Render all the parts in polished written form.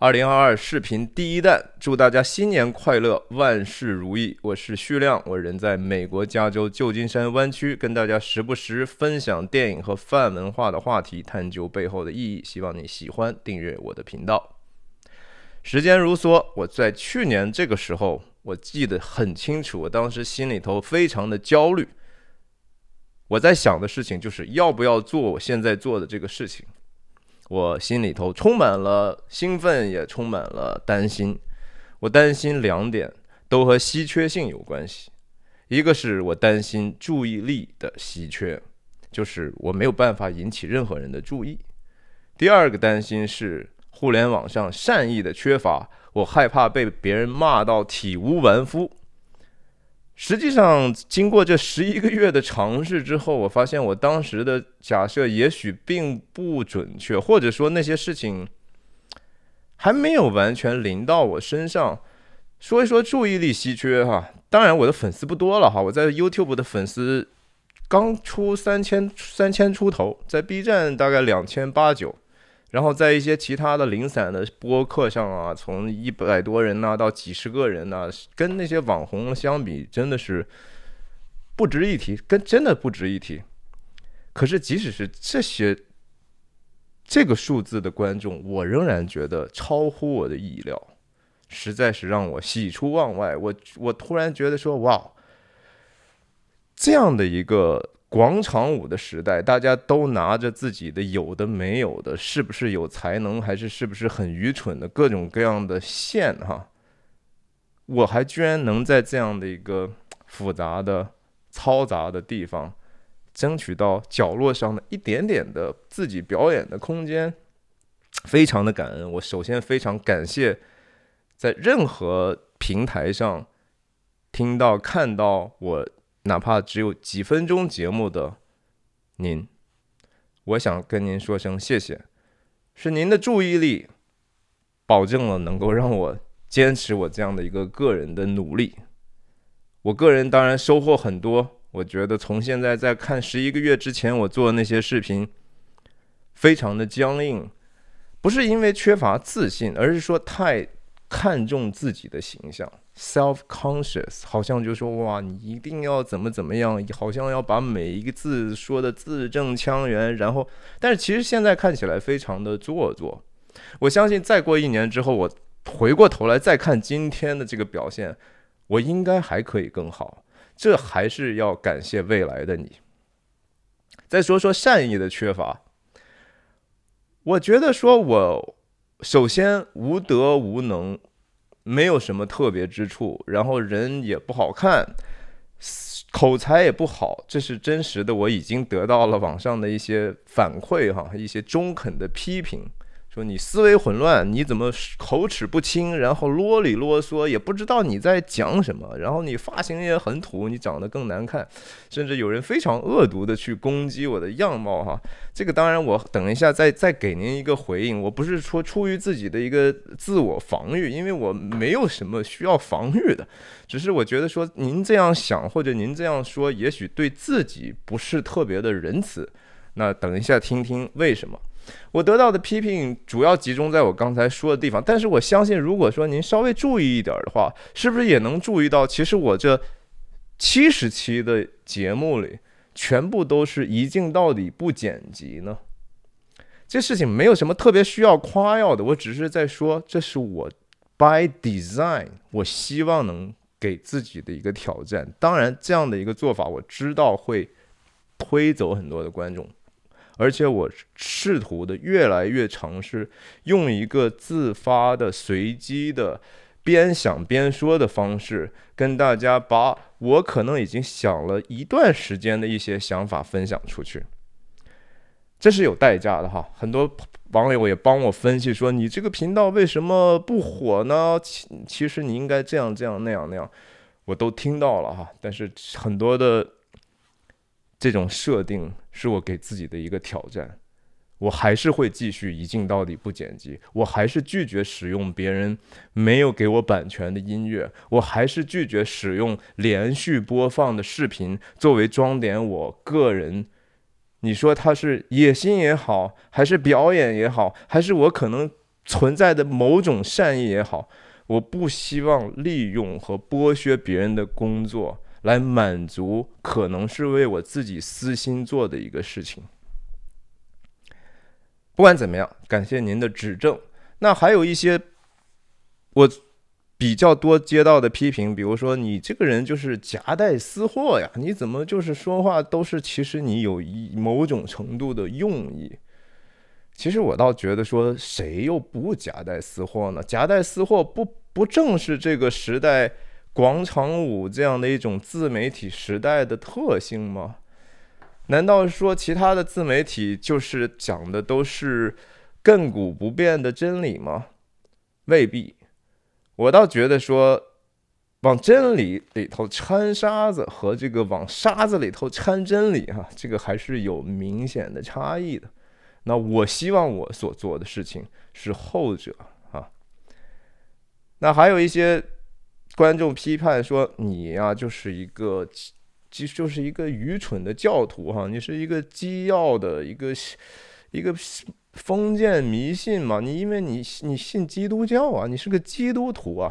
2022视频第一弹，祝大家新年快乐，万事如意。我是旭亮，我人在美国加州旧金山湾区，跟大家时不时分享电影和泛文化的话题，探究背后的意义。希望你喜欢，订阅我的频道。时间如梭，我在去年这个时候，我记得很清楚，我当时心里头非常的焦虑。我在想的事情就是要不要做我现在做的这个事情。我心里头充满了兴奋，也充满了担心。我担心两点，都和稀缺性有关系。一个是我担心注意力的稀缺，就是我没有办法引起任何人的注意。第二个担心是互联网上善意的缺乏，我害怕被别人骂到体无完肤。实际上，经过这11个月的尝试之后，我发现我当时的假设也许并不准确，或者说那些事情还没有完全临到我身上。说一说注意力稀缺哈，当然我的粉丝不多了哈，我在 YouTube 的粉丝刚出3000出头，在 B 站大概2800-2900。然后在一些其他的零散的播客上啊，从100多人呐到几十个人呐，跟那些网红相比，真的是不值一提，真的不值一提。可是即使是这个数字的观众，我仍然觉得超乎我的意料，实在是让我喜出望外。我突然觉得说，哇，这样的一个广场舞的时代，大家都拿着自己的有的没有的，是不是有才能，还是不是很愚蠢的各种各样的线哈，我还居然能在这样的一个复杂的嘈杂的地方，争取到角落上的一点点的自己表演的空间，非常的感恩。我首先非常感谢在任何平台上听到看到我哪怕只有几分钟节目的您，我想跟您说声谢谢，是您的注意力保证了能够让我坚持我这样的一个个人的努力。我个人当然收获很多，我觉得从现在在看11个月之前我做的那些视频非常的僵硬，不是因为缺乏自信，而是说太看重自己的形象 self-conscious， 好像就说哇，你一定要怎么样，好像要把每一个字说的字正腔圆，然后但是其实现在看起来非常的做作。我相信再过1年之后，我回过头来再看今天的这个表现，我应该还可以更好，这还是要感谢未来的你。再说说善意的缺乏，我觉得说我首先无德无能，没有什么特别之处，然后人也不好看，口才也不好，这是真实的，我已经得到了网上的一些反馈哈，一些中肯的批评，说你思维混乱，你怎么口齿不清，然后啰里啰嗦，也不知道你在讲什么，然后你发型也很土，你长得更难看，甚至有人非常恶毒的去攻击我的样貌哈。这个当然我等一下再给您一个回应，我不是说出于自己的一个自我防御，因为我没有什么需要防御的，只是我觉得说您这样想或者您这样说，也许对自己不是特别的仁慈。那等一下听听为什么。我得到的批评主要集中在我刚才说的地方，但是我相信如果说您稍微注意一点的话，是不是也能注意到其实我这70期的节目里全部都是一镜到底不剪辑呢？这事情没有什么特别需要夸耀的，我只是在说这是我 by design 我希望能给自己的一个挑战。当然这样的一个做法我知道会推走很多的观众，而且我试图的越来越尝试用一个自发的随机的边想边说的方式，跟大家把我可能已经想了一段时间的一些想法分享出去。这是有代价的哈，很多网友也帮我分析说，你这个频道为什么不火呢？其实你应该这样那样，我都听到了哈。但是很多的这种设定是我给自己的一个挑战，我还是会继续一镜到底不剪辑，我还是拒绝使用别人没有给我版权的音乐，我还是拒绝使用连续播放的视频作为装点我个人，你说它是野心也好，还是表演也好，还是我可能存在的某种善意也好，我不希望利用和剥削别人的工作来满足可能是为我自己私心做的一个事情。不管怎么样，感谢您的指正。那还有一些我比较多接到的批评，比如说你这个人就是夹带私货呀，你怎么就是说话都是其实你有某种程度的用意。其实我倒觉得说，谁又不夹带私货呢？夹带私货不正是这个时代广场舞这样的一种自媒体时代的特性吗？难道说其他的自媒体就是讲的都是亘古不变的真理吗？未必。我倒觉得说，往真理里头掺沙子和这个往沙子里头掺真理这个还是有明显的差异的。那我希望我所做的事情是后者那还有一些观众批判说，你呀就是一个愚蠢的教徒你是一个基要的一个封建迷信嘛，因为你信基督教你是个基督徒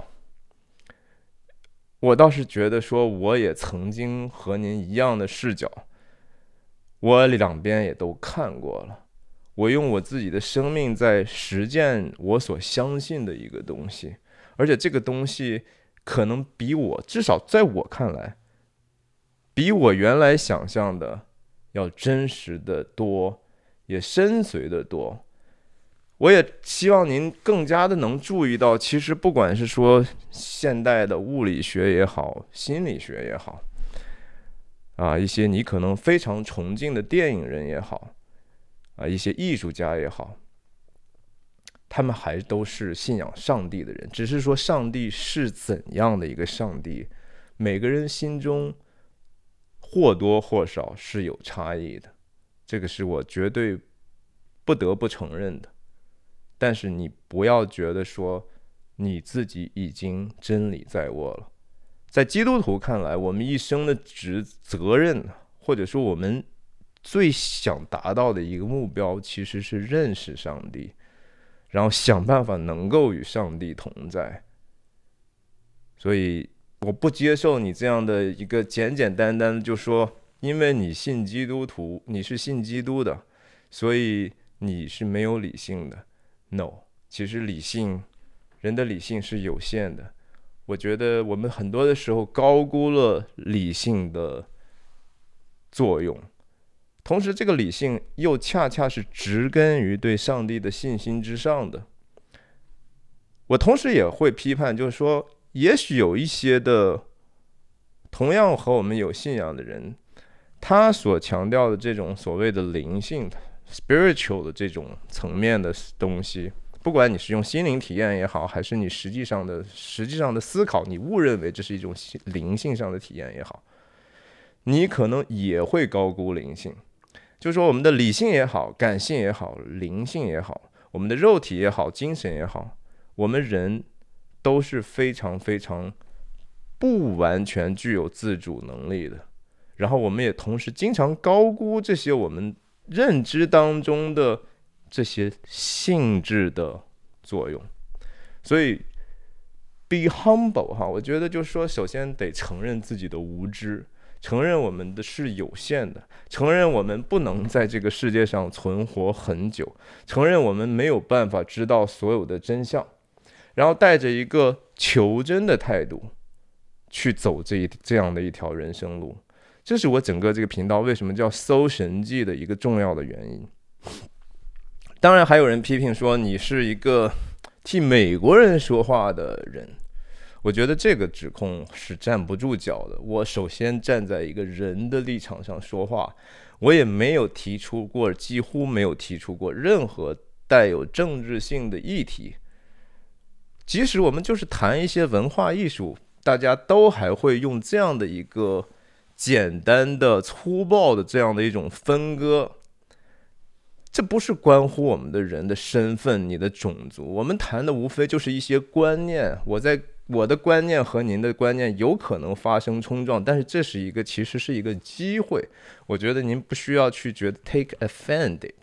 我倒是觉得说，我也曾经和您一样的视角，我两边也都看过了。我用我自己的生命在实践我所相信的一个东西，而且这个东西可能比我，至少在我看来，比我原来想象的要真实的多，也深邃的多。我也希望您更加的能注意到，其实不管是说现代的物理学也好，心理学也好一些你可能非常崇敬的电影人也好一些艺术家也好，他们还都是信仰上帝的人，只是说上帝是怎样的一个上帝，每个人心中或多或少是有差异的，这个是我绝对不得不承认的。但是你不要觉得说你自己已经真理在握了。在基督徒看来，我们一生的责任，或者说我们最想达到的一个目标，其实是认识上帝，然后想办法能够与上帝同在。所以我不接受你这样的一个简简单单的就说，因为你信基督徒，你是信基督的，所以你是没有理性的。No， 其实人的理性是有限的。我觉得我们很多的时候高估了理性的作用，同时这个理性又恰恰是植根于对上帝的信心之上的。我同时也会批判，就是说也许有一些的同样和我们有信仰的人，他所强调的这种所谓的灵性spiritual 的这种层面的东西，不管你是用心灵体验也好，还是你实际上的思考，你误认为这是一种灵性上的体验也好，你可能也会高估灵性。就是说我们的理性也好，感性也好，灵性也好，我们的肉体也好，精神也好，我们人都是非常非常不完全具有自主能力的。然后我们也同时经常高估这些我们认知当中的这些性质的作用。所以 be humble 我觉得就是说，首先得承认自己的无知，承认我们的是有限的，承认我们不能在这个世界上存活很久，承认我们没有办法知道所有的真相，然后带着一个求真的态度去走这样的一条人生路。这是我整个这个频道为什么叫搜神记的一个重要的原因。当然还有人批评说你是一个替美国人说话的人，我觉得这个指控是站不住脚的。我首先站在一个人的立场上说话，我也没有提出过，几乎没有提出过任何带有政治性的议题。即使我们就是谈一些文化艺术，大家都还会用这样的一个简单的粗暴的这样的一种分割，这不是关乎我们的人的身份，你的种族，我们谈的无非就是一些观念，我的观念和您的观念有可能发生冲撞，但是这是其实是一个机会。我觉得您不需要去觉得 take offended，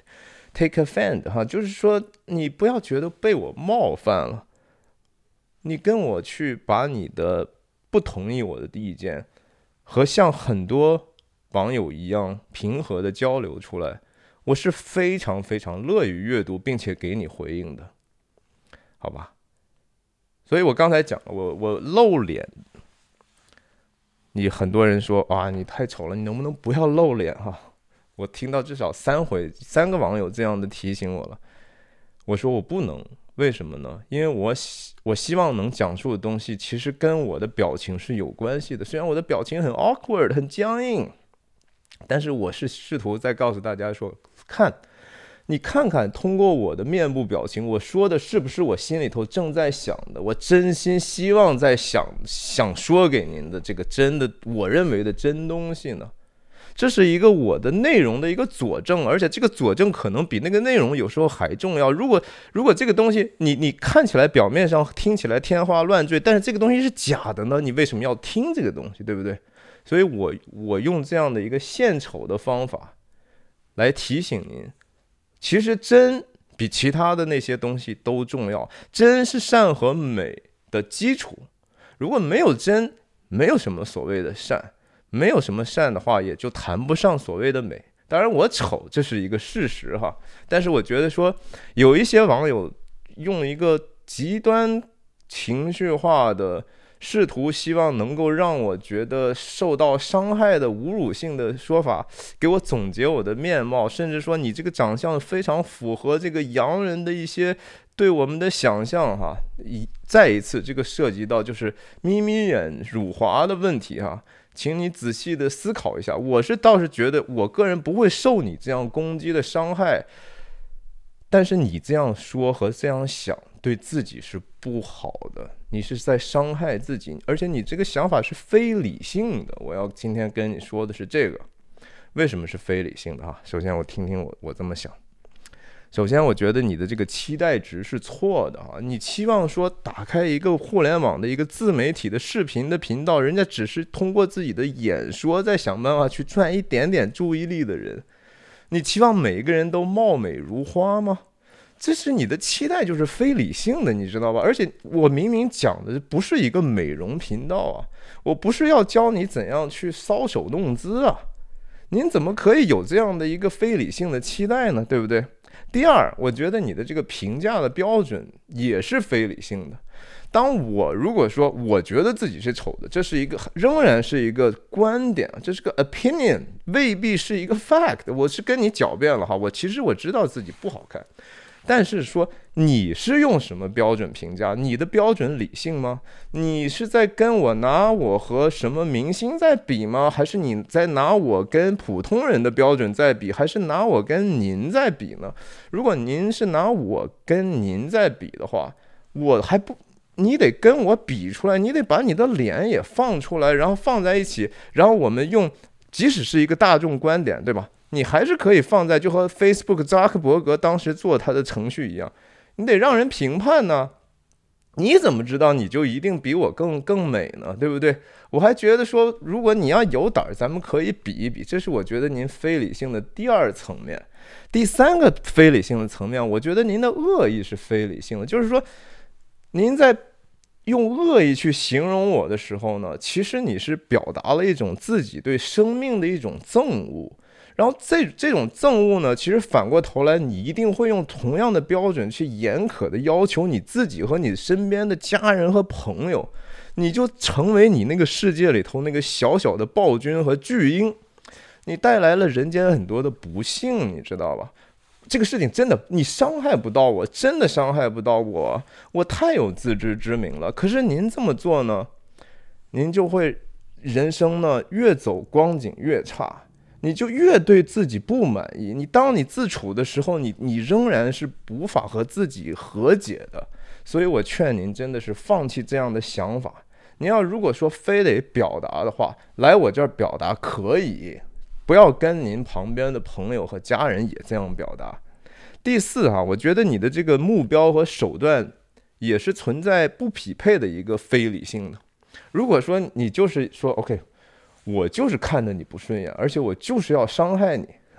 take offend 哈，就是说你不要觉得被我冒犯了，你跟我去把你的不同意我的意见和像很多网友一样平和的交流出来，我是非常非常乐于阅读并且给你回应的，好吧？所以我刚才讲了，我露脸，你很多人说啊你太丑了，你能不能不要露脸哈？我听到至少3个网友这样的提醒我了，我说我不能，为什么呢？因为我希望能讲述的东西其实跟我的表情是有关系的，虽然我的表情很 awkward 很僵硬，但是我是试图在告诉大家说，你看看，通过我的面部表情，我说的是不是我心里头正在想的？我真心希望在想说给您的这个真的，我认为的真东西呢？这是一个我的内容的一个佐证，而且这个佐证可能比那个内容有时候还重要。如果这个东西你看起来表面上听起来天花乱坠，但是这个东西是假的呢？你为什么要听这个东西，对不对？所以我用这样的一个献丑的方法来提醒您。其实真比其他的那些东西都重要，真是善和美的基础。如果没有真，没有什么所谓的善，没有什么善的话，也就谈不上所谓的美。当然我丑，这是一个事实哈，但是我觉得说有一些网友用一个极端情绪化的试图希望能够让我觉得受到伤害的侮辱性的说法，给我总结我的面貌，甚至说你这个长相非常符合这个洋人的一些对我们的想象哈。再一次，这个涉及到就是眯眯眼辱华的问题哈，请你仔细的思考一下。我倒是觉得我个人不会受你这样攻击的伤害，但是你这样说和这样想对自己是不好的，你是在伤害自己，而且你这个想法是非理性的。我要今天跟你说的是这个，为什么是非理性的哈？首先我听听我这么想。首先我觉得你的这个期待值是错的哈，你期望说打开一个互联网的一个自媒体的视频的频道，人家只是通过自己的演说在想办法去赚一点点注意力的人，你期望每一个人都貌美如花吗？这是你的期待，就是非理性的，你知道吧？而且我明明讲的不是一个美容频道啊，我不是要教你怎样去搔首弄姿啊，您怎么可以有这样的一个非理性的期待呢？对不对？第二，我觉得你的这个评价的标准也是非理性的。当我如果说我觉得自己是丑的，这是仍然是一个观点，这是个 opinion， 未必是一个 fact。我是跟你狡辩了哈，其实我知道自己不好看。但是说你是用什么标准评价？你的标准理性吗？你是在拿我和什么明星在比吗？还是你在拿我跟普通人的标准在比？还是拿我跟您在比呢？如果您是拿我跟您在比的话，你得跟我比出来，你得把你的脸也放出来，然后放在一起，然后我们即使是一个大众观点，对吧？你还是可以放在就和 Facebook 扎克伯格当时做他的程序一样，你得让人评判呢。你怎么知道你就一定比我更美呢？对不对？我还觉得说，如果你要有胆，咱们可以比一比。这是我觉得您非理性的第二层面。第三个非理性的层面，我觉得您的恶意是非理性的，就是说，您在用恶意去形容我的时候呢，其实你是表达了一种自己对生命的一种憎恶。然后这种憎恶呢，其实反过头来，你一定会用同样的标准去严苛的要求你自己和你身边的家人和朋友，你就成为你那个世界里头那个小小的暴君和巨婴，你带来了人间很多的不幸，你知道吧？这个事情真的你伤害不到我，真的伤害不到我，我太有自知之明了。可是您这么做呢，您就会人生呢越走光景越差。你就越对自己不满意，当你自处的时候，你仍然是无法和自己和解的。所以我劝您真的是放弃这样的想法。您要如果说非得表达的话，来我这儿表达可以，不要跟您旁边的朋友和家人也这样表达。第四我觉得你的这个目标和手段也是存在不匹配的一个非理性的。如果说你就是说 OK，我就是看着你不顺眼，而且我就是要伤害你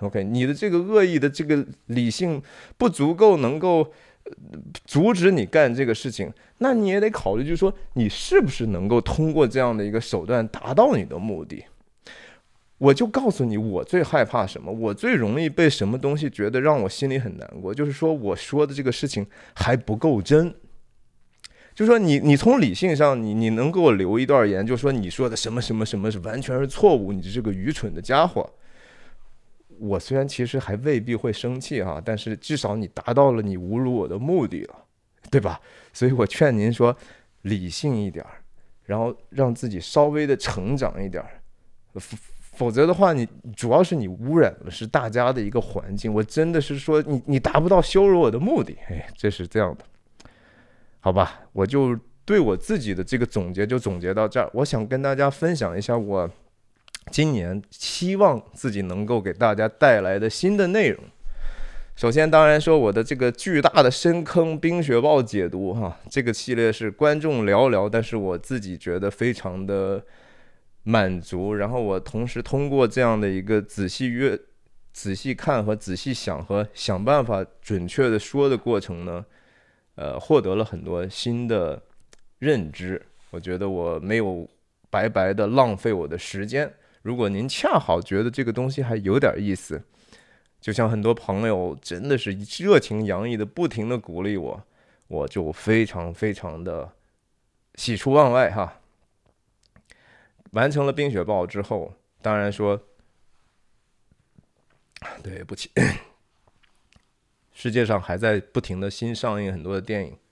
OK， 你的这个恶意的这个理性不足够能够阻止你干这个事情，那你也得考虑，就是说你是不是能够通过这样的一个手段达到你的目的。我就告诉你，我最害怕什么，我最容易被什么东西觉得让我心里很难过，就是说我说的这个事情还不够真。就是说你从理性上，你能给我留一段言，就说你说的什么什么什么是完全是错误，你这个愚蠢的家伙。我虽然其实还未必会生气哈，但是至少你达到了你侮辱我的目的了，对吧？所以我劝您说理性一点，然后让自己稍微的成长一点，否则的话，你主要是你污染了是大家的一个环境。我真的是说你达不到羞辱我的目的，这是这样的，好吧？我就对我自己的这个总结就总结到这儿。我想跟大家分享一下我今年希望自己能够给大家带来的新的内容。首先，当然说我的这个巨大的深坑冰雪暴解读哈，这个系列是观众寥寥，但是我自己觉得非常的满足。然后我同时通过这样的一个仔细看和仔细想和想办法准确的说的过程呢，获得了很多新的认知。我觉得我没有白白的浪费我的时间。如果您恰好觉得这个东西还有点意思，就像很多朋友真的是热情洋溢的不停的鼓励我，我就非常非常的喜出望外哈。完成了冰雪暴之后，当然说对不起，世界上还在不停的新上映很多的电影，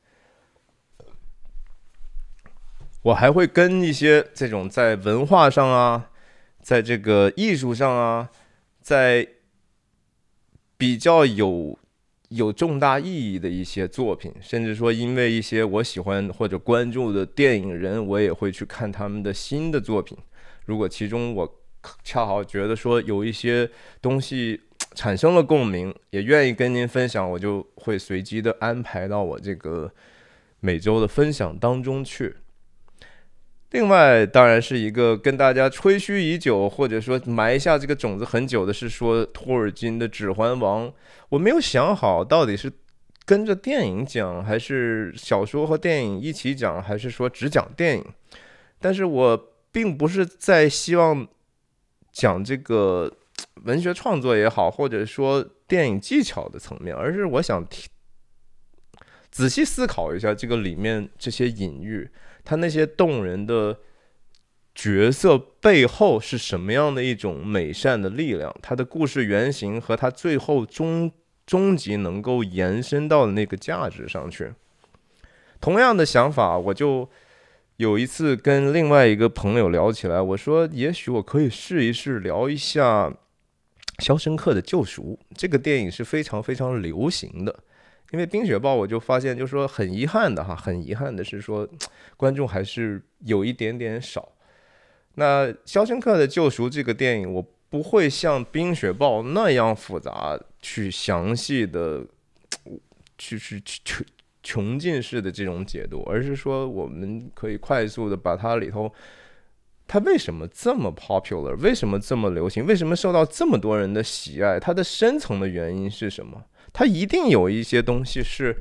我还会跟一些这种在文化上啊，在这个艺术上啊，在比较有重大意义的一些作品，甚至说因为一些我喜欢或者关注的电影人，我也会去看他们的新的作品。如果其中我恰好觉得说有一些东西产生了共鸣，也愿意跟您分享，我就会随机的安排到我这个每周的分享当中去。另外，当然是一个跟大家吹嘘已久，或者说埋下这个种子很久的，是说托尔金的《指环王》。我没有想好到底是跟着电影讲，还是小说和电影一起讲，还是说只讲电影。但是我并不是在希望讲这个文学创作也好，或者说电影技巧的层面，而是我想仔细思考一下这个里面这些隐喻。他那些动人的角色背后是什么样的一种美善的力量？他的故事原型和他最后终极能够延伸到的那个价值上去。同样的想法，我就有一次跟另外一个朋友聊起来，我说也许我可以试一试聊一下《肖申克的救赎》这个电影是非常非常流行的。因为冰雪暴我就发现，就是说很遗憾的是说，观众还是有一点点少。那《肖申克的救赎》这个电影，我不会像冰雪暴那样复杂，去详细的去穷尽式的这种解读，而是说我们可以快速的把它里头，它为什么这么 popular， 为什么这么流行，为什么受到这么多人的喜爱，它的深层的原因是什么？它一定有一些东西是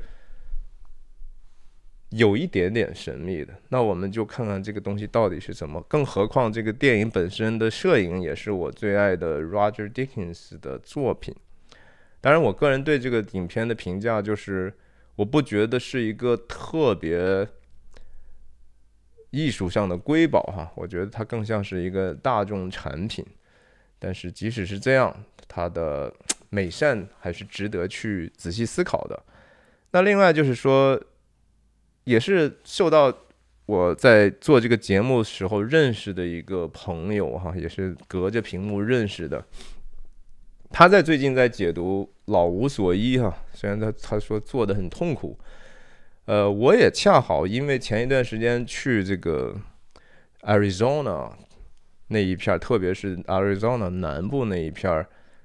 有一点点神秘的，那我们就看看这个东西到底是什么。更何况这个电影本身的摄影也是我最爱的 Roger Deakins 的作品。当然我个人对这个影片的评价就是，我不觉得是一个特别艺术上的瑰宝哈，我觉得它更像是一个大众产品。但是即使是这样，它的美善还是值得去仔细思考的。那另外就是说，也是受到我在做这个节目时候认识的一个朋友哈，也是隔着屏幕认识的。他在最近在解读《老无所依》哈，虽然他说做得很痛苦，我也恰好因为前一段时间去这个 Arizona 那一片，特别是 Arizona 南部那一片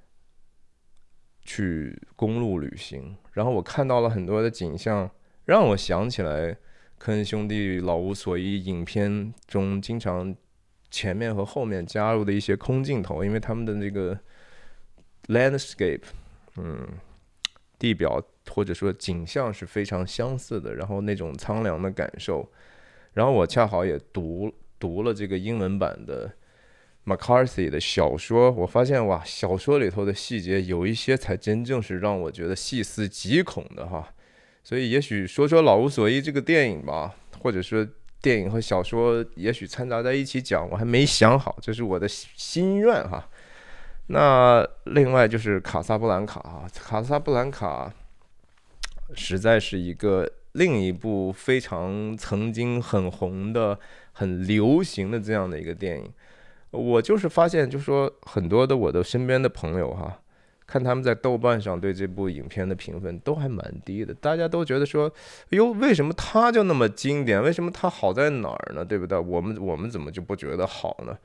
去公路旅行，然后我看到了很多的景象，让我想起来科恩兄弟《老无所依》影片中经常前面和后面加入的一些空镜头，因为他们的这个 landscape，地表或者说景象是非常相似的，然后那种苍凉的感受，然后我恰好也读了这个英文版的 McCarthy 的小说，我发现哇，小说里头的细节有一些才真正是让我觉得细思极恐的哈。所以也许说老无所依这个电影吧，或者说电影和小说也许掺杂在一起讲，我还没想好，这是我的心愿哈。那另外就是卡萨布兰卡啊，卡萨布兰卡实在是一个另一部非常曾经很红的、很流行的这样的一个电影。我就是发现，就说很多的我的身边的朋友哈，看他们在豆瓣上对这部影片的评分都还蛮低的，大家都觉得说，哎呦，为什么它就那么经典？为什么它好在哪儿呢？对不对？我们怎么就不觉得好呢？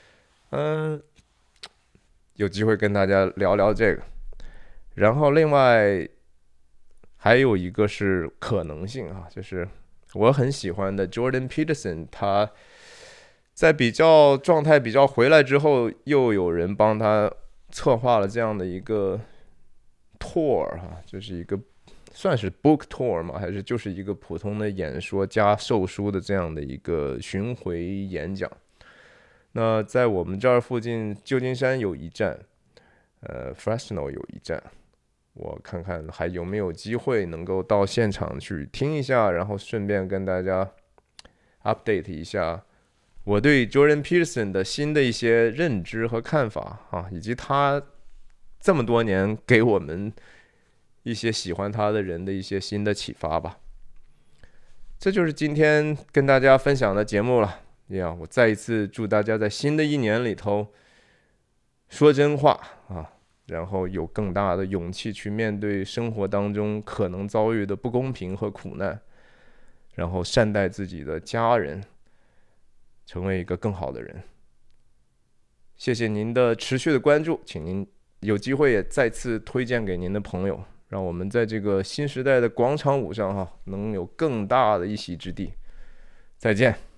有机会跟大家聊聊这个。然后另外还有一个是可能性啊，就是我很喜欢的 Jordan Peterson， 他在比较状态比较回来之后，又有人帮他策划了这样的一个 tour 哈，就是一个算是 book tour 吗？还是就是一个普通的演说加售书的这样的一个巡回演讲？那在我们这儿附近，旧金山有一站，Fresno 有一站，我看看还有没有机会能够到现场去听一下，然后顺便跟大家 update 一下我对 Jordan Peterson 的新的一些认知和看法啊，以及他这么多年给我们一些喜欢他的人的一些新的启发吧。这就是今天跟大家分享的节目了。我再一次祝大家在新的一年里头说真话啊，然后有更大的勇气去面对生活当中可能遭遇的不公平和苦难，然后善待自己的家人，成为一个更好的人。谢谢您的持续的关注，请您有机会也再次推荐给您的朋友，让我们在这个新时代的广场舞上能有更大的一席之地。再见。